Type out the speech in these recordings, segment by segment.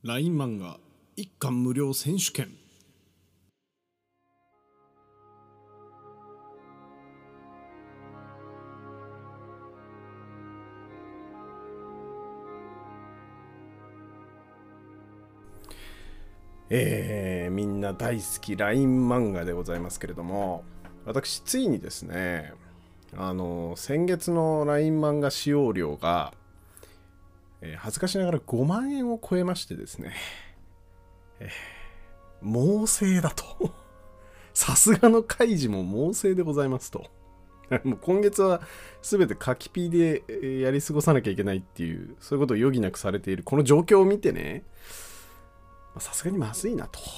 LINE 漫画一巻無料選手権。みんな大好き LINE 漫画でございますけれども、私ついにですね、先月の LINE 漫画使用料が、恥ずかしながら5万円を超えましてですね、猛省だとさすがの開示も猛省でございますともう今月は全て書きピーでやり過ごさなきゃいけないっていう、そういうことを余儀なくされているこの状況を見てね、さすがにまずいなと、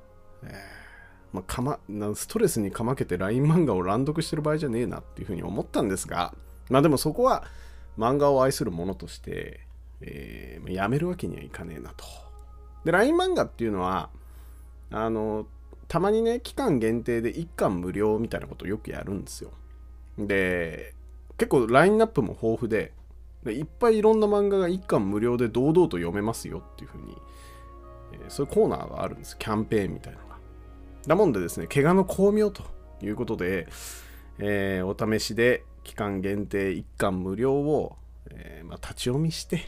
ストレスにかまけて LINE 漫画を乱読してる場合じゃねえなっていうふうに思ったんですが、でもそこは漫画を愛する者として、やめるわけにはいかねえなと。で LINE 漫画っていうのはたまにね、期間限定で1巻無料みたいなことをよくやるんですよ。で結構ラインナップも豊富でいっぱいいろんな漫画が1巻無料で堂々と読めますよっていう風に、そういうコーナーがあるんです。キャンペーンみたいなのが。だもんでですね、怪我の巧妙ということで、お試しで期間限定1巻無料を、立ち読みして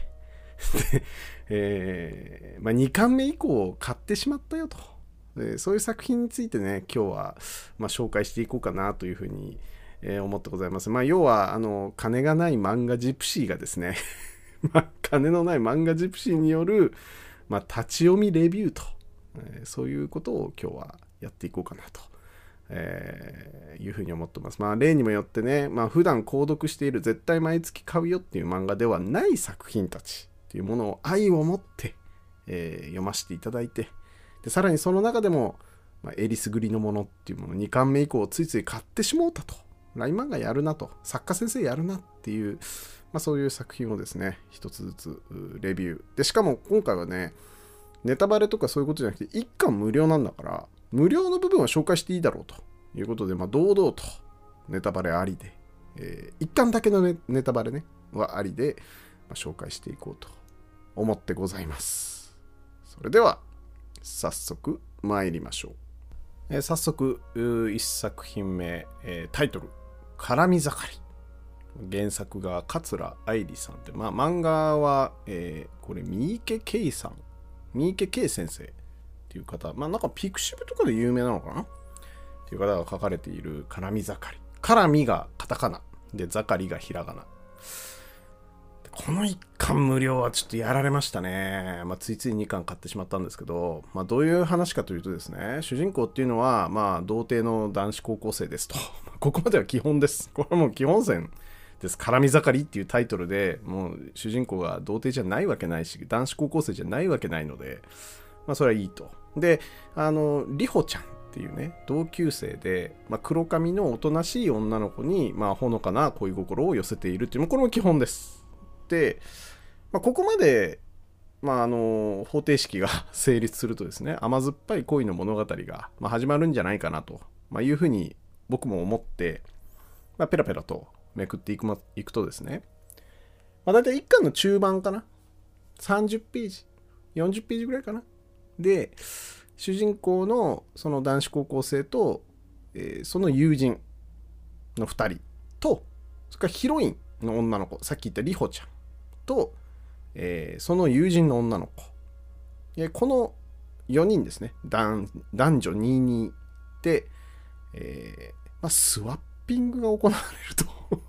2巻目以降買ってしまったよと。そういう作品についてね、今日は、紹介していこうかなというふうに、思ってございます。要は金がない漫画ジプシーがですね金のない漫画ジプシーによる、立ち読みレビューと、そういうことを今日はやっていこうかなと、いうふうに思ってます。例にもよってね、普段購読している絶対毎月買うよっていう漫画ではない作品たちっていうものを愛を持って、読ませていただいて、でさらにその中でも、えりすぐりのものっていうもの2巻目以降ついつい買ってしもうたと、LINE 漫画やるなと、作家先生やるなっていう、そういう作品をですね一つずつレビューで、しかも今回はねネタバレとかそういうことじゃなくて1巻無料なんだから無料の部分は紹介していいだろうということで、堂々とネタバレありで、1巻だけのネタバレねはありで、紹介していこうと思ってございます。それでは早速参りましょう。早速1作品目、タイトル絡み盛り。原作が桂愛理さんで、漫画は、これ三池圭さん、三池圭先生っていう方、なんかピクシブとかで有名なのかなっていう方が書かれている絡み盛り。絡みがカタカナで盛りがひらがな。この1巻無料はちょっとやられましたね。ついつい2巻買ってしまったんですけど、どういう話かというとですね、主人公っていうのは童貞の男子高校生ですとここまでは基本です。これはもう基本線です。絡み盛りっていうタイトルでもう主人公が童貞じゃないわけないし男子高校生じゃないわけないので、それはいいと。でりほちゃんっていうね同級生で、黒髪のおとなしい女の子にほのかな恋心を寄せているっていう、これも基本です。で、ここまで方程式が成立するとですね、甘酸っぱい恋の物語が、始まるんじゃないかなと、いうふうに僕も思って、ペラペラとめくっていくとですね、だいたい1巻の中盤かな、30ページ40ページぐらいかなで、主人公のその男子高校生と、その友人の2人と、それからヒロインの女の子、さっき言ったりほちゃんと、その友人の女の子、この4人ですね、男女22で、スワッピングが行われると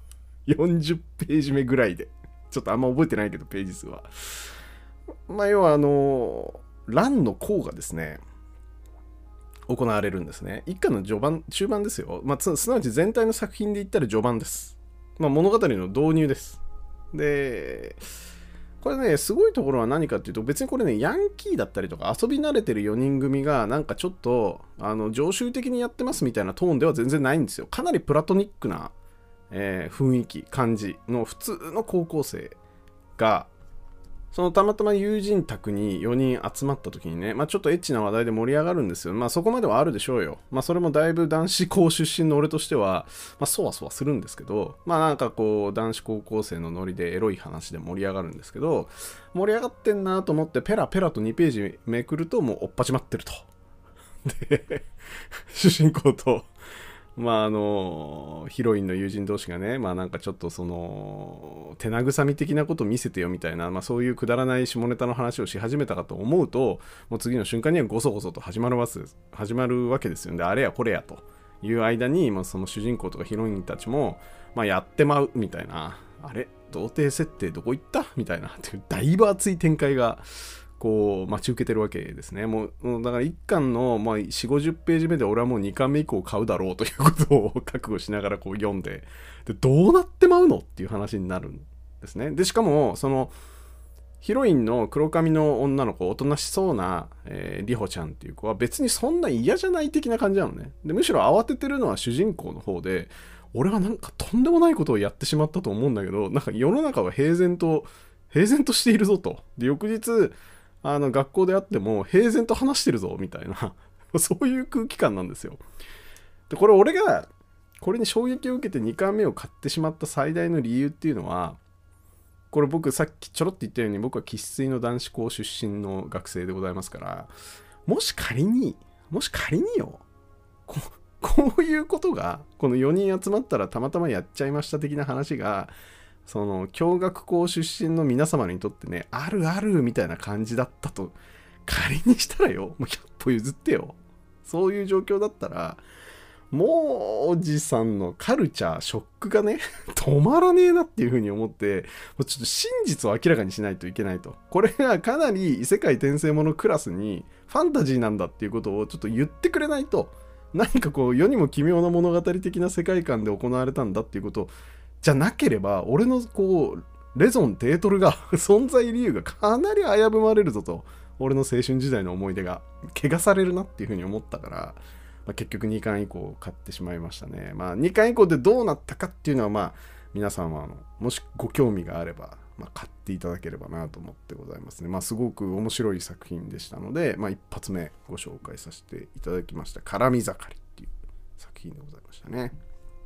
40ページ目ぐらいで、ちょっとあんま覚えてないけどページ数は、要は乱の行がですね行われるんですね。一巻の中盤ですよ。すなわち全体の作品で言ったら序盤です。物語の導入です。でこれね、すごいところは何かっていうと、別にこれねヤンキーだったりとか遊び慣れてる4人組がなんかちょっと常習的にやってますみたいなトーンでは全然ないんですよ。かなりプラトニックな、雰囲気感じの普通の高校生がそのたまたま友人宅に4人集まった時にね、ちょっとエッチな話題で盛り上がるんですよ。そこまではあるでしょうよ。それもだいぶ男子校出身の俺としては、そわそわするんですけど、なんかこう、男子高校生のノリでエロい話で盛り上がるんですけど、盛り上がってんなと思ってペラペラと2ページめくるともうおっぱちまってると。で、主人公と、ヒロインの友人同士がね、なんかちょっとその、手慰み的なこと見せてよみたいな、そういうくだらない下ネタの話をし始めたかと思うと、もう次の瞬間にはゴソゴソと始まるわけですよ。で、あれやこれやという間に、その主人公とかヒロインたちも、やってまうみたいな、あれ童貞設定どこ行ったみたいな、っていうだいぶ熱い展開が、こう待ち受けてるわけですね。もうだから1巻の、4、50ページ目で俺はもう2巻目以降買うだろうということを覚悟しながらこう読んで、どうなってまうのっていう話になるんですね。でしかもそのヒロインの黒髪の女の子、おとなしそうな、リホちゃんっていう子は別にそんな嫌じゃない的な感じなのね。でむしろ慌ててるのは主人公の方で、俺はなんかとんでもないことをやってしまったと思うんだけど、なんか世の中は平然としているぞと。で翌日学校であっても平然と話してるぞみたいなそういう空気感なんですよ。でこれ俺がこれに衝撃を受けて2巻目を買ってしまった最大の理由っていうのは、これ僕さっきちょろっと言ったように僕は生粋の男子校出身の学生でございますから、もし仮によ、こういうことがこの4人集まったらたまたまやっちゃいました的な話が、その共学校出身の皆様にとってね、あるあるみたいな感じだったと仮にしたらよ、もう100歩譲ってよ、そういう状況だったらもうおじさんのカルチャーショックがね止まらねえなっていう風に思って、もうちょっと真実を明らかにしないといけないと。これがかなり異世界転生ものクラスにファンタジーなんだっていうことをちょっと言ってくれないと、何かこう世にも奇妙な物語的な世界観で行われたんだっていうことじゃなければ、俺のこうレゾンテートルが存在理由がかなり危ぶまれるぞと、俺の青春時代の思い出が汚されるなっていう風に思ったから、結局2巻以降買ってしまいましたね。2巻以降でどうなったかっていうのは皆さんはもしご興味があれば、買っていただければなと思ってございますね。すごく面白い作品でしたので、一発目ご紹介させていただきました絡み盛りっていう作品でございましたね。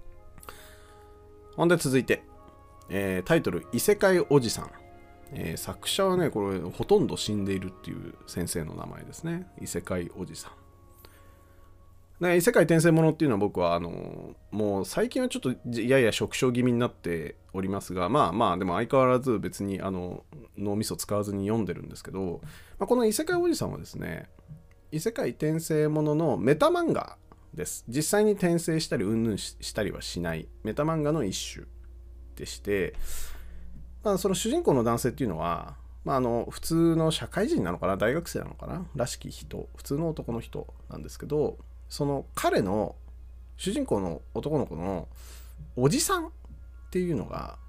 ほんで続いて、タイトル異世界おじさん、作者はねこれほとんど死んでいるっていう先生の名前ですね。異世界おじさん、異世界転生ものっていうのは僕はもう最近はちょっとやや縮小気味になっておりますが、でも相変わらず別に脳みそ使わずに読んでるんですけど、この異世界おじさんはですね、異世界転生もののメタ漫画です。実際に転生したりうんぬんしたりはしないメタ漫画の一種でして、その主人公の男性っていうのは、普通の社会人なのかな、大学生なのかならしき人、普通の男の人なんですけど、その彼の主人公の男の子のおじさんっていうのが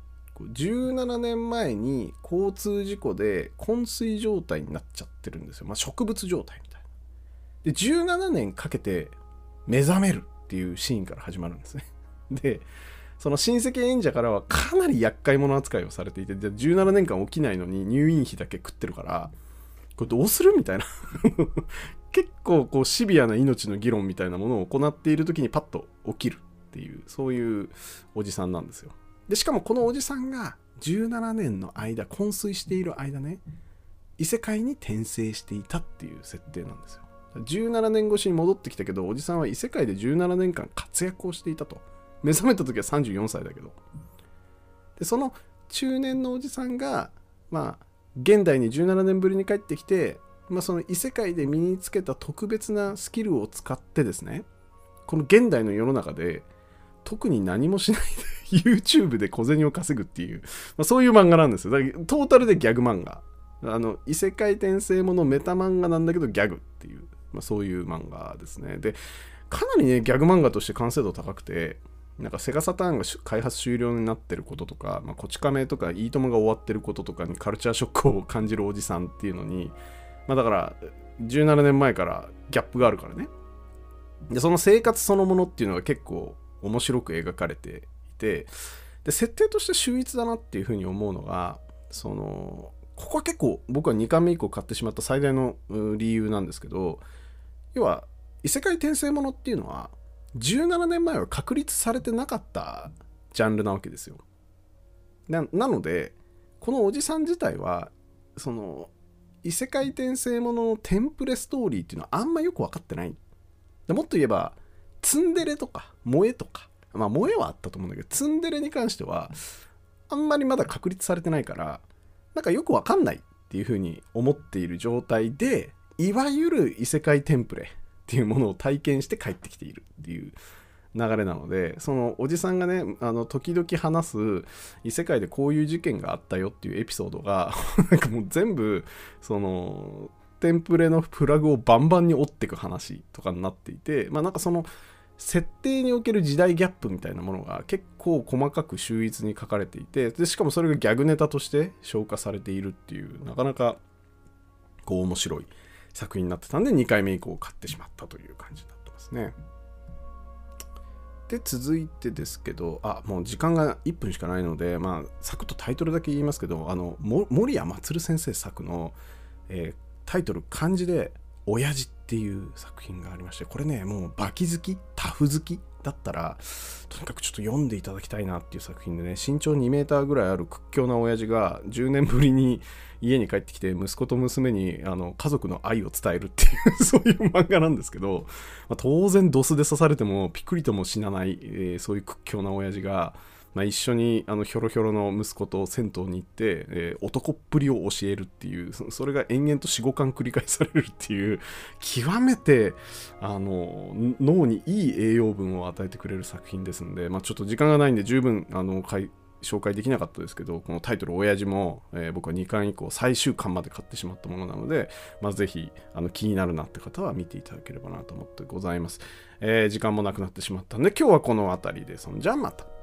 17年前に交通事故で昏睡状態になっちゃってるんですよ。植物状態みたいな。で17年かけて目覚めるっていうシーンから始まるんですね。でその親戚演者からはかなり厄介者扱いをされていて、17年間起きないのに入院費だけ食ってるから、これどうするみたいな結構こうシビアな命の議論みたいなものを行っている時にパッと起きるっていう、そういうおじさんなんですよ。でしかもこのおじさんが17年の間昏睡している間ね、異世界に転生していたっていう設定なんですよ。17年越しに戻ってきたけど、おじさんは異世界で17年間活躍をしていたと。目覚めた時は34歳だけど、でその中年のおじさんが現代に17年ぶりに帰ってきて、その異世界で身につけた特別なスキルを使ってですね、この現代の世の中で特に何もしないでYouTube で小銭を稼ぐっていう、そういう漫画なんですよ。だからトータルでギャグ漫画、異世界転生ものメタ漫画なんだけどギャグっていう、そういう漫画ですね。でかなりねギャグ漫画として完成度高くて、なんかセガサターンが開発終了になってることとか、こち亀とかいいともが終わってることとかにカルチャーショックを感じるおじさんっていうのに、だから17年前からギャップがあるからね。でその生活そのものっていうのが結構面白く描かれていて、で設定として秀逸だなっていうふうに思うのが、そのここは結構僕は2巻目以降買ってしまった最大の理由なんですけど、要は異世界転生ものっていうのは17年前は確立されてなかったジャンルなわけですよ。なのでこのおじさん自体はその異世界転生もののテンプレストーリーっていうのはあんまよく分かってない。もっと言えばツンデレとか萌えとか、まあ萌えはあったと思うんだけど、ツンデレに関してはあんまりまだ確立されてないから、なんかよく分かんないっていう風に思っている状態で、いわゆる異世界テンプレっていうものを体験して帰ってきているっていう流れなので、そのおじさんがね、時々話す異世界でこういう事件があったよっていうエピソードがなんかもう全部そのテンプレのフラグをバンバンに折っていく話とかになっていて、まあなんかその設定における時代ギャップみたいなものが結構細かく秀逸に書かれていて、でしかもそれがギャグネタとして消化されているっていう、なかなかこう面白い作品になってたんで、2回目以降買ってしまったという感じになってますね。で続いてですけど、もう時間が1分しかないので、まあサクッとタイトルだけ言いますけど、森谷満先生作の、タイトル漢字で親父っていう作品がありまして、これね、もうバキ好き、タフ好きだったらとにかくちょっと読んでいただきたいなっていう作品でね、身長2メーターぐらいある屈強な親父が10年ぶりに家に帰ってきて息子と娘に家族の愛を伝えるっていうそういう漫画なんですけど、当然ドスで刺されてもピクリとも死なない、そういう屈強な親父が、一緒にヒョロヒョロの息子と銭湯に行って、男っぷりを教えるっていう、それが延々と 4,5 巻繰り返されるっていう、極めて脳にいい栄養分を与えてくれる作品ですんで、ちょっと時間がないんで十分紹介できなかったですけど、このタイトル親父も、僕は2巻以降最終巻まで買ってしまったものなので、ぜひ気になるなって方は見ていただければなと思ってございます。時間もなくなってしまったので今日はこの辺りで、じゃあまた。